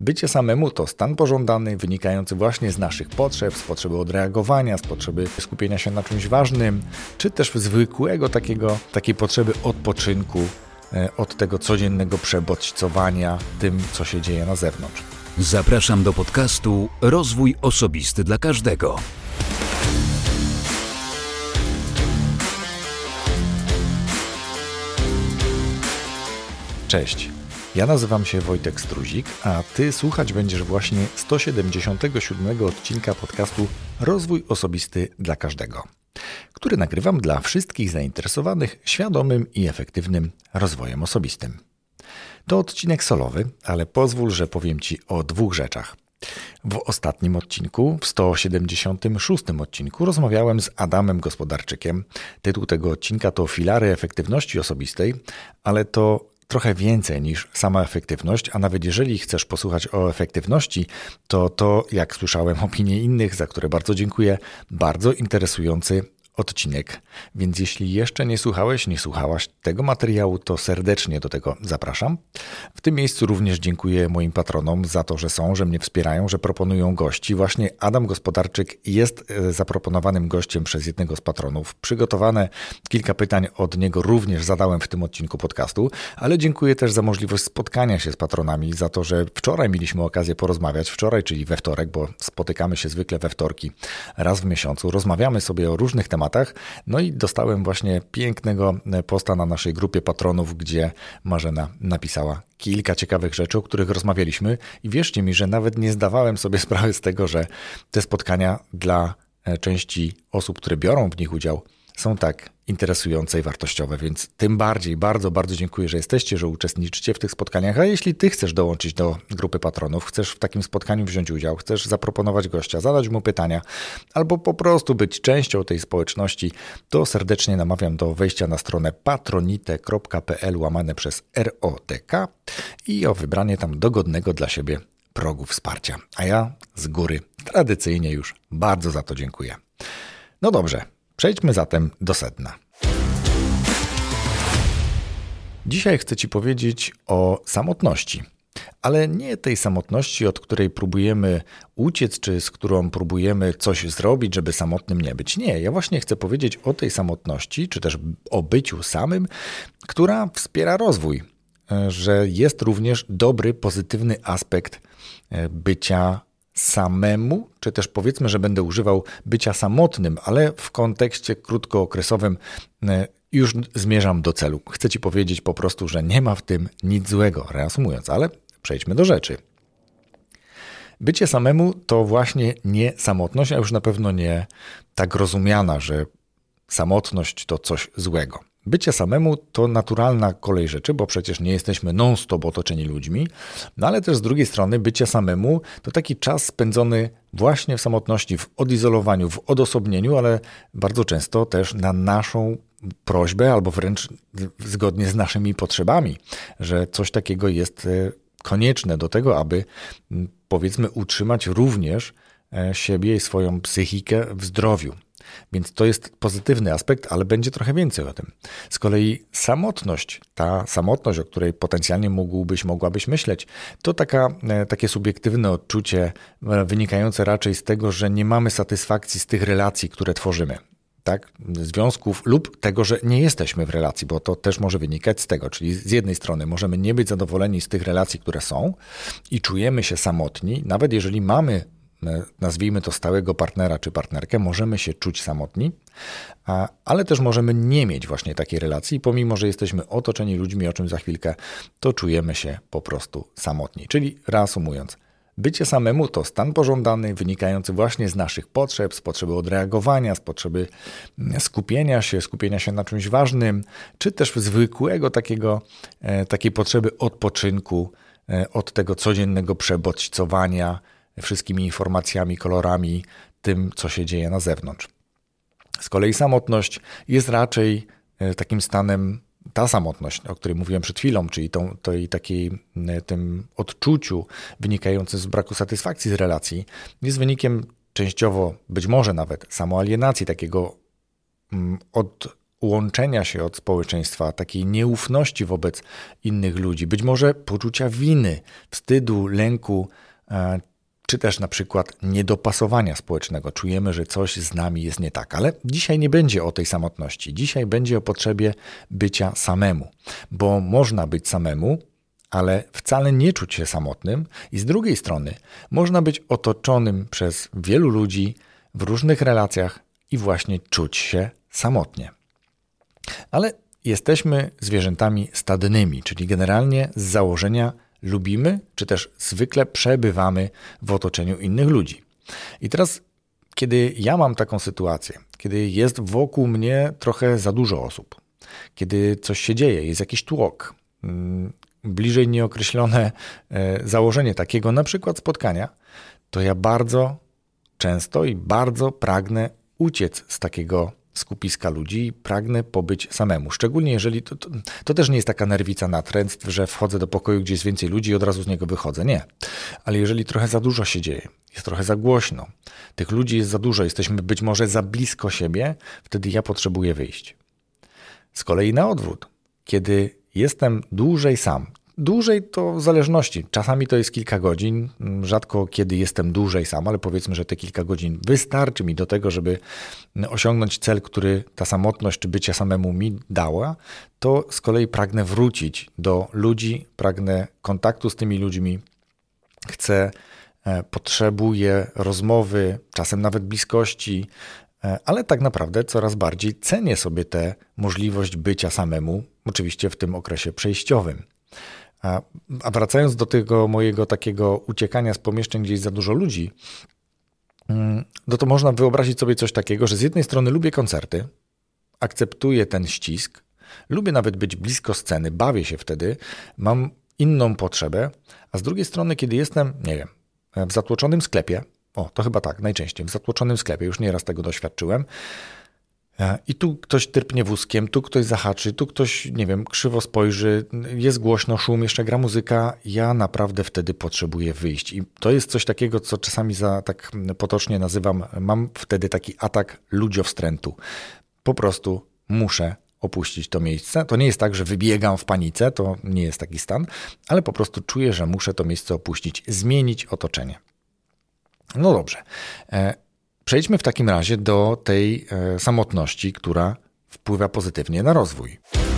Bycie samemu to stan pożądany, wynikający właśnie z naszych potrzeb, z potrzeby odreagowania, z potrzeby skupienia się na czymś ważnym, czy też zwykłego takiej potrzeby odpoczynku od tego codziennego przebodźcowania tym, co się dzieje na zewnątrz. Zapraszam do podcastu Rozwój Osobisty dla Każdego. Cześć, ja nazywam się Wojtek Struzik, a Ty słuchać będziesz właśnie 177 odcinka podcastu Rozwój Osobisty dla Każdego, który nagrywam dla wszystkich zainteresowanych świadomym i efektywnym rozwojem osobistym. To odcinek solowy, ale pozwól, że powiem Ci o dwóch rzeczach. W ostatnim odcinku, w 176 odcinku, rozmawiałem z Adamem Gospodarczykiem. Tytuł tego odcinka to Filary efektywności osobistej, ale to trochę więcej niż sama efektywność, a nawet jeżeli chcesz posłuchać o efektywności, to jak słyszałem opinie innych, za które bardzo dziękuję, bardzo interesujący odcinek. Więc jeśli jeszcze nie słuchałaś tego materiału, to serdecznie do tego zapraszam. W tym miejscu również dziękuję moim patronom za to, że mnie wspierają, że proponują gości. Właśnie Adam Gospodarczyk jest zaproponowanym gościem przez jednego z patronów. Przygotowane kilka pytań od niego również zadałem w tym odcinku podcastu, ale dziękuję też za możliwość spotkania się z patronami, za to, że wczoraj mieliśmy okazję porozmawiać. Wczoraj, czyli we wtorek, bo spotykamy się zwykle we wtorki raz w miesiącu. Rozmawiamy sobie o różnych tematach. No i dostałem właśnie pięknego posta na naszej grupie patronów, gdzie Marzena napisała kilka ciekawych rzeczy, o których rozmawialiśmy i wierzcie mi, że nawet nie zdawałem sobie sprawy z tego, że te spotkania dla części osób, które biorą w nich udział, są tak interesujące i wartościowe, więc tym bardziej bardzo, bardzo dziękuję, że jesteście, że uczestniczycie w tych spotkaniach, a jeśli Ty chcesz dołączyć do grupy patronów, chcesz w takim spotkaniu wziąć udział, chcesz zaproponować gościa, zadać mu pytania, albo po prostu być częścią tej społeczności, to serdecznie namawiam do wejścia na stronę patronite.pl/ROTK i o wybranie tam dogodnego dla siebie progu wsparcia. A ja z góry tradycyjnie już bardzo za to dziękuję. No dobrze. Przejdźmy zatem do sedna. Dzisiaj chcę Ci powiedzieć o samotności, ale nie tej samotności, od której próbujemy uciec, czy z którą próbujemy coś zrobić, żeby samotnym nie być. Nie, ja właśnie chcę powiedzieć o tej samotności, czy też o byciu samym, która wspiera rozwój, że jest również dobry, pozytywny aspekt bycia samemu, czy też powiedzmy, że będę używał bycia samotnym, ale w kontekście krótkookresowym już zmierzam do celu. Chcę Ci powiedzieć po prostu, że nie ma w tym nic złego, reasumując, ale przejdźmy do rzeczy. Bycie samemu to właśnie nie samotność, a już na pewno nie tak rozumiana, że samotność to coś złego. Bycie samemu to naturalna kolej rzeczy, bo przecież nie jesteśmy non-stop otoczeni ludźmi, no ale też z drugiej strony bycie samemu to taki czas spędzony właśnie w samotności, w odizolowaniu, w odosobnieniu, ale bardzo często też na naszą prośbę albo wręcz zgodnie z naszymi potrzebami, że coś takiego jest konieczne do tego, aby powiedzmy utrzymać również siebie i swoją psychikę w zdrowiu. Więc to jest pozytywny aspekt, ale będzie trochę więcej o tym. Z kolei samotność, ta samotność, o której potencjalnie mogłabyś myśleć, to takie subiektywne odczucie wynikające raczej z tego, że nie mamy satysfakcji z tych relacji, które tworzymy. Tak? Związków lub tego, że nie jesteśmy w relacji, bo to też może wynikać z tego, czyli z jednej strony możemy nie być zadowoleni z tych relacji, które są i czujemy się samotni, nawet jeżeli mamy, nazwijmy to, stałego partnera czy partnerkę, możemy się czuć samotni, ale też możemy nie mieć właśnie takiej relacji, pomimo że jesteśmy otoczeni ludźmi, o czym za chwilkę, to czujemy się po prostu samotni. Czyli reasumując, bycie samemu to stan pożądany, wynikający właśnie z naszych potrzeb, z potrzeby odreagowania, z potrzeby skupienia się na czymś ważnym, czy też zwykłego takiej potrzeby odpoczynku od tego codziennego przebodźcowania wszystkimi informacjami, kolorami, tym, co się dzieje na zewnątrz. Z kolei samotność jest raczej takim stanem, ta samotność, o której mówiłem przed chwilą, czyli tym odczuciu wynikającym z braku satysfakcji z relacji, jest wynikiem częściowo, być może nawet samoalienacji, takiego łączenia się od społeczeństwa, takiej nieufności wobec innych ludzi, być może poczucia winy, wstydu, lęku, czy też na przykład niedopasowania społecznego. Czujemy, że coś z nami jest nie tak. Ale dzisiaj nie będzie o tej samotności. Dzisiaj będzie o potrzebie bycia samemu. Bo można być samemu, ale wcale nie czuć się samotnym. I z drugiej strony można być otoczonym przez wielu ludzi w różnych relacjach i właśnie czuć się samotnie. Ale jesteśmy zwierzętami stadnymi, czyli generalnie z założenia lubimy, czy też zwykle przebywamy w otoczeniu innych ludzi. I teraz, kiedy ja mam taką sytuację, kiedy jest wokół mnie trochę za dużo osób, kiedy coś się dzieje, jest jakiś tłok, bliżej nieokreślone założenie takiego na przykład spotkania, to ja bardzo często i bardzo pragnę uciec z takiego skupiska ludzi i pragnę pobyć samemu. Szczególnie jeżeli to też nie jest taka nerwica natręctw, że wchodzę do pokoju, gdzie jest więcej ludzi i od razu z niego wychodzę. Nie. Ale jeżeli trochę za dużo się dzieje, jest trochę za głośno, tych ludzi jest za dużo, jesteśmy być może za blisko siebie, wtedy ja potrzebuję wyjść. Z kolei na odwrót, kiedy jestem dłużej sam, dłużej to w zależności. Czasami to jest kilka godzin, rzadko kiedy jestem dłużej sam, ale powiedzmy, że te kilka godzin wystarczy mi do tego, żeby osiągnąć cel, który ta samotność czy bycie samemu mi dała, to z kolei pragnę wrócić do ludzi, pragnę kontaktu z tymi ludźmi, potrzebuję rozmowy, czasem nawet bliskości, ale tak naprawdę coraz bardziej cenię sobie tę możliwość bycia samemu, oczywiście w tym okresie przejściowym. A wracając do tego mojego takiego uciekania z pomieszczeń, gdzie jest za dużo ludzi, no to można wyobrazić sobie coś takiego, że z jednej strony lubię koncerty, akceptuję ten ścisk, lubię nawet być blisko sceny, bawię się wtedy, mam inną potrzebę, a z drugiej strony, kiedy jestem, nie wiem, w zatłoczonym sklepie, to chyba tak, najczęściej, w zatłoczonym sklepie, już nieraz tego doświadczyłem, i tu ktoś tyrpnie wózkiem, tu ktoś zahaczy, tu ktoś, nie wiem, krzywo spojrzy, jest głośno, szum, jeszcze gra muzyka. Ja naprawdę wtedy potrzebuję wyjść. I to jest coś takiego, co czasami tak potocznie nazywam, mam wtedy taki atak ludziowstrętu. Po prostu muszę opuścić to miejsce. To nie jest tak, że wybiegam w panice, to nie jest taki stan, ale po prostu czuję, że muszę to miejsce opuścić, zmienić otoczenie. No dobrze. Przejdźmy w takim razie do tej samotności, która wpływa pozytywnie na rozwój.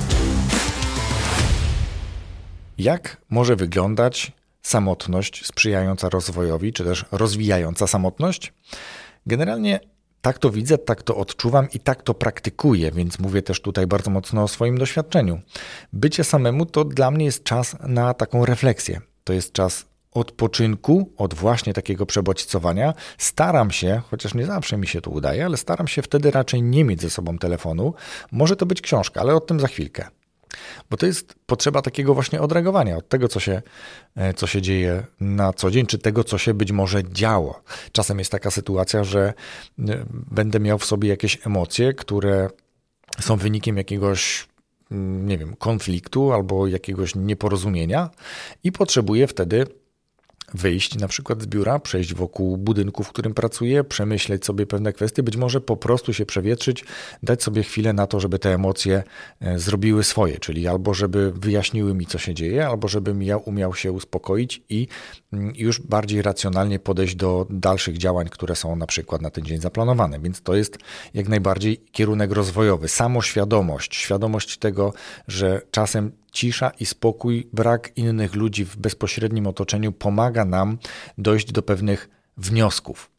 Jak może wyglądać samotność sprzyjająca rozwojowi, czy też rozwijająca samotność? Generalnie tak to widzę, tak to odczuwam i tak to praktykuję, więc mówię też tutaj bardzo mocno o swoim doświadczeniu. Bycie samemu to dla mnie jest czas na taką refleksję. To jest czas odpoczynku od właśnie takiego przebodźcowania. Staram się, chociaż nie zawsze mi się to udaje, ale staram się wtedy raczej nie mieć ze sobą telefonu. Może to być książka, ale o tym za chwilkę. Bo to jest potrzeba takiego właśnie odreagowania od tego, co się dzieje na co dzień, czy tego, co się być może działo. Czasem jest taka sytuacja, że będę miał w sobie jakieś emocje, które są wynikiem jakiegoś, nie wiem, konfliktu albo jakiegoś nieporozumienia i potrzebuję wtedy wyjść na przykład z biura, przejść wokół budynku, w którym pracuję, przemyśleć sobie pewne kwestie, być może po prostu się przewietrzyć, dać sobie chwilę na to, żeby te emocje zrobiły swoje, czyli albo żeby wyjaśniły mi, co się dzieje, albo żebym ja umiał się uspokoić i już bardziej racjonalnie podejść do dalszych działań, które są na przykład na ten dzień zaplanowane. Więc to jest jak najbardziej kierunek rozwojowy. Samoświadomość, świadomość tego, że czasem cisza i spokój, brak innych ludzi w bezpośrednim otoczeniu pomaga nam dojść do pewnych wniosków.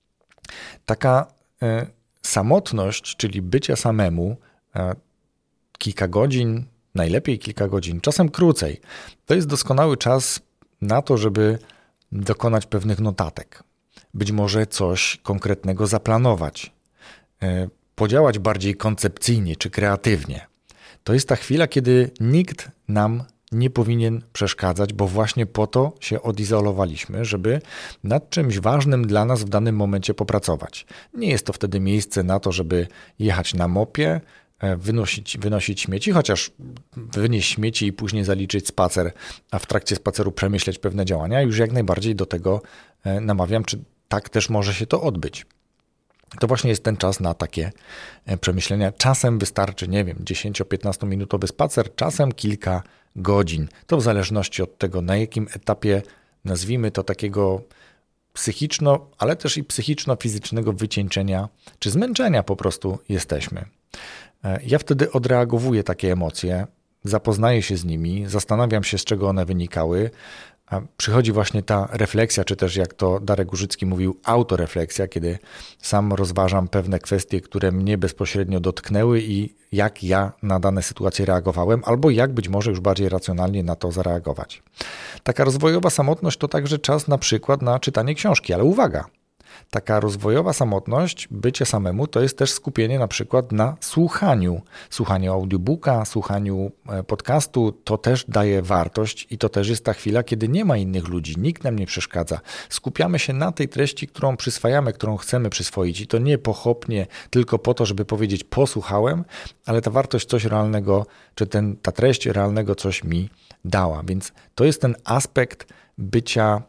Taka samotność, czyli bycie samemu, kilka godzin, najlepiej kilka godzin, czasem krócej, to jest doskonały czas na to, żeby dokonać pewnych notatek. Być może coś konkretnego zaplanować, podziałać bardziej koncepcyjnie czy kreatywnie. To jest ta chwila, kiedy nikt nam nie powinien przeszkadzać, bo właśnie po to się odizolowaliśmy, żeby nad czymś ważnym dla nas w danym momencie popracować. Nie jest to wtedy miejsce na to, żeby jechać na mopie, wynosić śmieci, chociaż wynieść śmieci i później zaliczyć spacer, a w trakcie spaceru przemyśleć pewne działania. Już jak najbardziej do tego namawiam, czy tak też może się to odbyć. to właśnie jest ten czas na takie przemyślenia. Czasem wystarczy, 10-15 minutowy spacer, czasem kilka godzin. To w zależności od tego, na jakim etapie, nazwijmy to, takiego ale też i psychiczno-fizycznego wycieńczenia czy zmęczenia po prostu jesteśmy. Ja wtedy odreagowuję takie emocje, zapoznaję się z nimi, zastanawiam się, z czego one wynikały, a przychodzi właśnie ta refleksja, czy też jak to Darek Górzycki mówił, autorefleksja, kiedy sam rozważam pewne kwestie, które mnie bezpośrednio dotknęły i jak ja na dane sytuacje reagowałem, albo jak być może już bardziej racjonalnie na to zareagować. Taka rozwojowa samotność to także czas na przykład na czytanie książki, ale uwaga! Taka rozwojowa samotność, bycie samemu, to jest też skupienie na przykład na słuchaniu audiobooka, słuchaniu podcastu, to też daje wartość i to też jest ta chwila, kiedy nie ma innych ludzi, nikt nam nie przeszkadza. Skupiamy się na tej treści, którą przyswajamy, którą chcemy przyswoić i to nie pochopnie tylko po to, żeby powiedzieć posłuchałem, ale ta wartość coś realnego, czy ta treść realnego coś mi dała, więc to jest ten aspekt bycia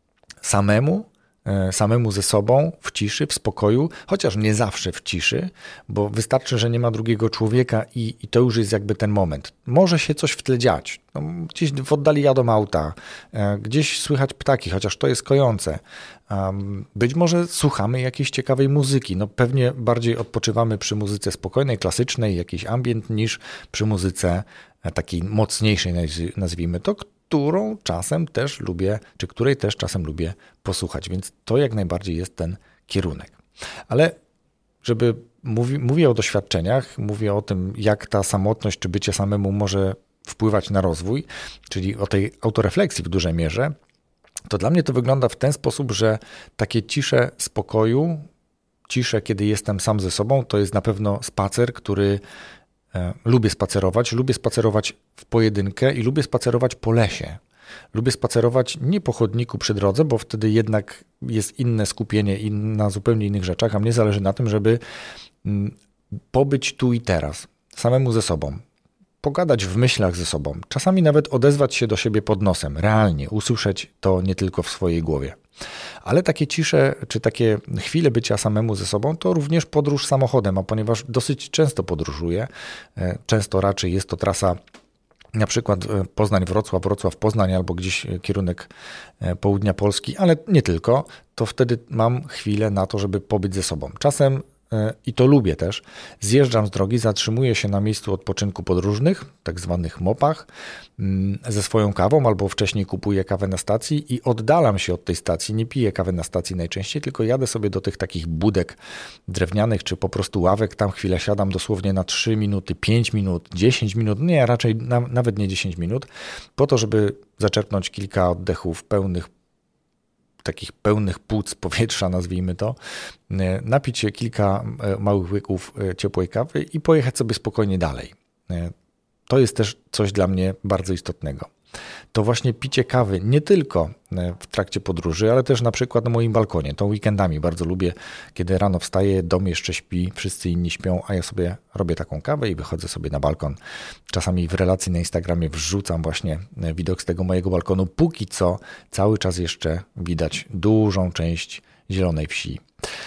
samemu ze sobą, w ciszy, w spokoju, chociaż nie zawsze w ciszy, bo wystarczy, że nie ma drugiego człowieka i to już jest jakby ten moment. Może się coś w tle dziać. Gdzieś w oddali jadą auta, gdzieś słychać ptaki, chociaż to jest kojące. Być może słuchamy jakiejś ciekawej muzyki. Pewnie bardziej odpoczywamy przy muzyce spokojnej, klasycznej, jakiejś ambient, niż przy muzyce takiej mocniejszej, nazwijmy to, której też czasem lubię posłuchać, więc to jak najbardziej jest ten kierunek. Ale mówię o doświadczeniach, mówię o tym, jak ta samotność czy bycie samemu może wpływać na rozwój, czyli o tej autorefleksji w dużej mierze, to dla mnie to wygląda w ten sposób, że takie cisze spokoju, cisze, kiedy jestem sam ze sobą, to jest na pewno spacer, który lubię spacerować w pojedynkę i lubię spacerować po lesie. Lubię spacerować nie po chodniku przy drodze, bo wtedy jednak jest inne skupienie na zupełnie innych rzeczach, a mnie zależy na tym, żeby pobyć tu i teraz, samemu ze sobą, pogadać w myślach ze sobą, czasami nawet odezwać się do siebie pod nosem, realnie usłyszeć to nie tylko w swojej głowie. Ale takie cisze, czy takie chwile bycia samemu ze sobą, to również podróż samochodem, a ponieważ dosyć często podróżuję, często raczej jest to trasa na przykład Poznań-Wrocław, Wrocław-Poznań albo gdzieś kierunek południa Polski, ale nie tylko, to wtedy mam chwilę na to, żeby pobyć ze sobą. Czasem, i to lubię też, zjeżdżam z drogi, zatrzymuję się na miejscu odpoczynku podróżnych, tak zwanych mopach, ze swoją kawą albo wcześniej kupuję kawę na stacji i oddalam się od tej stacji, nie piję kawy na stacji najczęściej, tylko jadę sobie do tych takich budek drewnianych czy po prostu ławek, tam chwilę siadam dosłownie na 3 minuty, 5 minut, 10 minut, nie, raczej nawet nie 10 minut, po to, żeby zaczerpnąć kilka oddechów takich pełnych płuc powietrza, nazwijmy to, napić się kilka małych łyków ciepłej kawy i pojechać sobie spokojnie dalej. To jest też coś dla mnie bardzo istotnego. To właśnie picie kawy nie tylko w trakcie podróży, ale też na przykład na moim balkonie. To weekendami bardzo lubię, kiedy rano wstaję, dom jeszcze śpi, wszyscy inni śpią, a ja sobie robię taką kawę i wychodzę sobie na balkon. Czasami w relacji na Instagramie wrzucam właśnie widok z tego mojego balkonu. Póki co cały czas jeszcze widać dużą część zielonej wsi.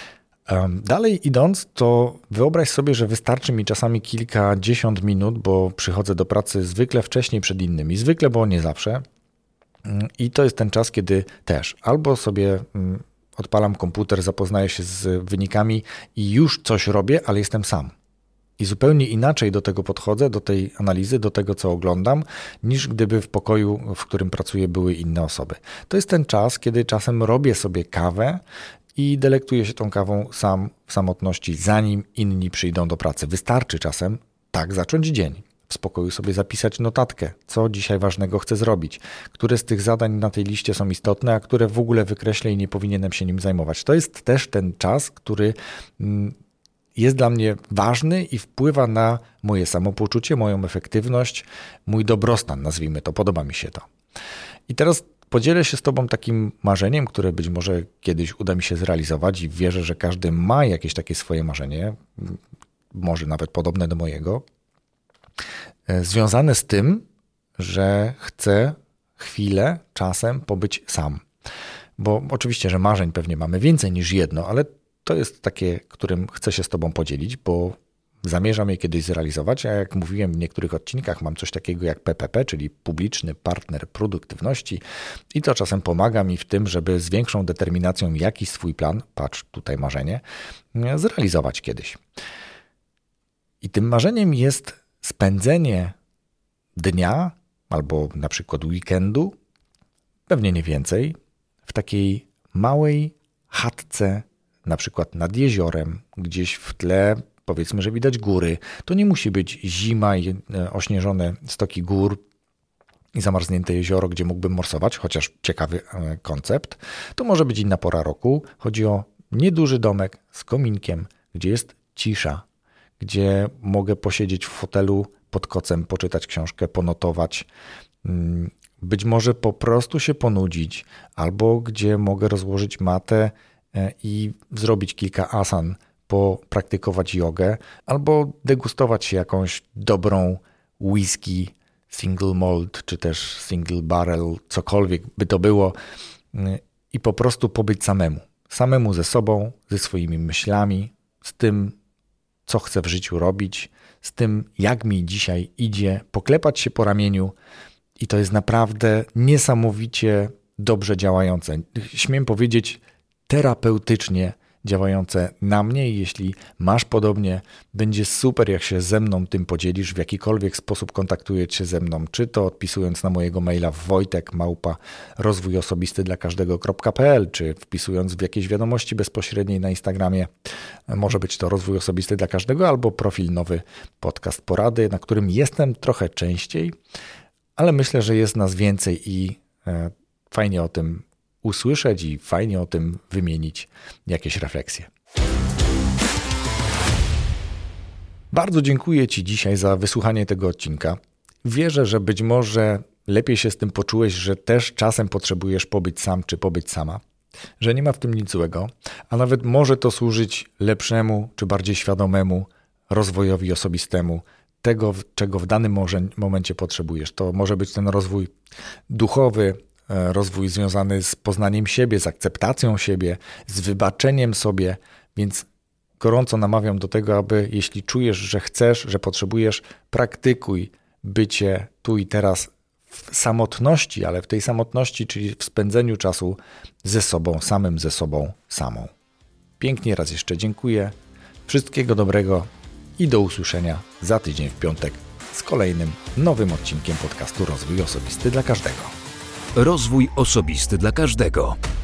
Dalej idąc, to wyobraź sobie, że wystarczy mi czasami kilkadziesiąt minut, bo przychodzę do pracy zwykle wcześniej przed innymi, zwykle, bo nie zawsze. I to jest ten czas, kiedy też albo sobie odpalam komputer, zapoznaję się z wynikami i już coś robię, ale jestem sam. I zupełnie inaczej do tego podchodzę, do tej analizy, do tego, co oglądam, niż gdyby w pokoju, w którym pracuję, były inne osoby. To jest ten czas, kiedy czasem robię sobie kawę i delektuję się tą kawą sam w samotności, zanim inni przyjdą do pracy. Wystarczy czasem tak zacząć dzień. W spokoju sobie zapisać notatkę, co dzisiaj ważnego chcę zrobić, które z tych zadań na tej liście są istotne, a które w ogóle wykreślę i nie powinienem się nim zajmować. To jest też ten czas, który jest dla mnie ważny i wpływa na moje samopoczucie, moją efektywność, mój dobrostan, nazwijmy to, podoba mi się to. I teraz podzielę się z Tobą takim marzeniem, które być może kiedyś uda mi się zrealizować i wierzę, że każdy ma jakieś takie swoje marzenie, może nawet podobne do mojego, związane z tym, że chcę chwilę, czasem pobyć sam. Bo oczywiście, że marzeń pewnie mamy więcej niż jedno, ale to jest takie, którym chcę się z Tobą podzielić, bo zamierzam je kiedyś zrealizować, a jak mówiłem w niektórych odcinkach, mam coś takiego jak PPP, czyli publiczny partner produktywności i to czasem pomaga mi w tym, żeby z większą determinacją jakiś swój plan, patrz tutaj marzenie, zrealizować kiedyś. I tym marzeniem jest spędzenie dnia albo na przykład weekendu, pewnie nie więcej, w takiej małej chatce, na przykład nad jeziorem, gdzieś w tle, powiedzmy, że widać góry. To nie musi być zima i ośnieżone stoki gór i zamarznięte jezioro, gdzie mógłbym morsować, chociaż ciekawy koncept. To może być inna pora roku. Chodzi o nieduży domek z kominkiem, gdzie jest cisza, gdzie mogę posiedzieć w fotelu pod kocem, poczytać książkę, ponotować, być może po prostu się ponudzić, albo gdzie mogę rozłożyć matę i zrobić kilka asan, popraktykować jogę, albo degustować się jakąś dobrą whisky, single malt, czy też single barrel, cokolwiek by to było i po prostu pobyć samemu ze sobą, ze swoimi myślami, z tym, co chcę w życiu robić, z tym, jak mi dzisiaj idzie, poklepać się po ramieniu i to jest naprawdę niesamowicie dobrze działające. Śmiem powiedzieć, terapeutycznie działające na mnie i jeśli masz podobnie, będzie super, jak się ze mną tym podzielisz, w jakikolwiek sposób kontaktujesz się ze mną, czy to odpisując na mojego maila wojtek@rozwójosobistydlakażdego.pl, czy wpisując w jakieś wiadomości bezpośredniej na Instagramie. Może być to Rozwój Osobisty dla Każdego albo profil nowy podcast porady, na którym jestem trochę częściej, ale myślę, że jest nas więcej i fajnie o tym usłyszeć i fajnie o tym wymienić jakieś refleksje. Bardzo dziękuję Ci dzisiaj za wysłuchanie tego odcinka. Wierzę, że być może lepiej się z tym poczułeś, że też czasem potrzebujesz pobyć sam czy pobyć sama, że nie ma w tym nic złego, a nawet może to służyć lepszemu czy bardziej świadomemu rozwojowi osobistemu, tego, czego w danym momencie potrzebujesz. To może być ten rozwój duchowy, rozwój związany z poznaniem siebie, z akceptacją siebie, z wybaczeniem sobie, więc gorąco namawiam do tego, aby jeśli czujesz, że chcesz, że potrzebujesz, praktykuj bycie tu i teraz w samotności, ale w tej samotności, czyli w spędzeniu czasu ze sobą, samą. Pięknie raz jeszcze dziękuję, wszystkiego dobrego i do usłyszenia za tydzień w piątek z kolejnym nowym odcinkiem podcastu Rozwój Osobisty dla Każdego. Rozwój osobisty dla każdego.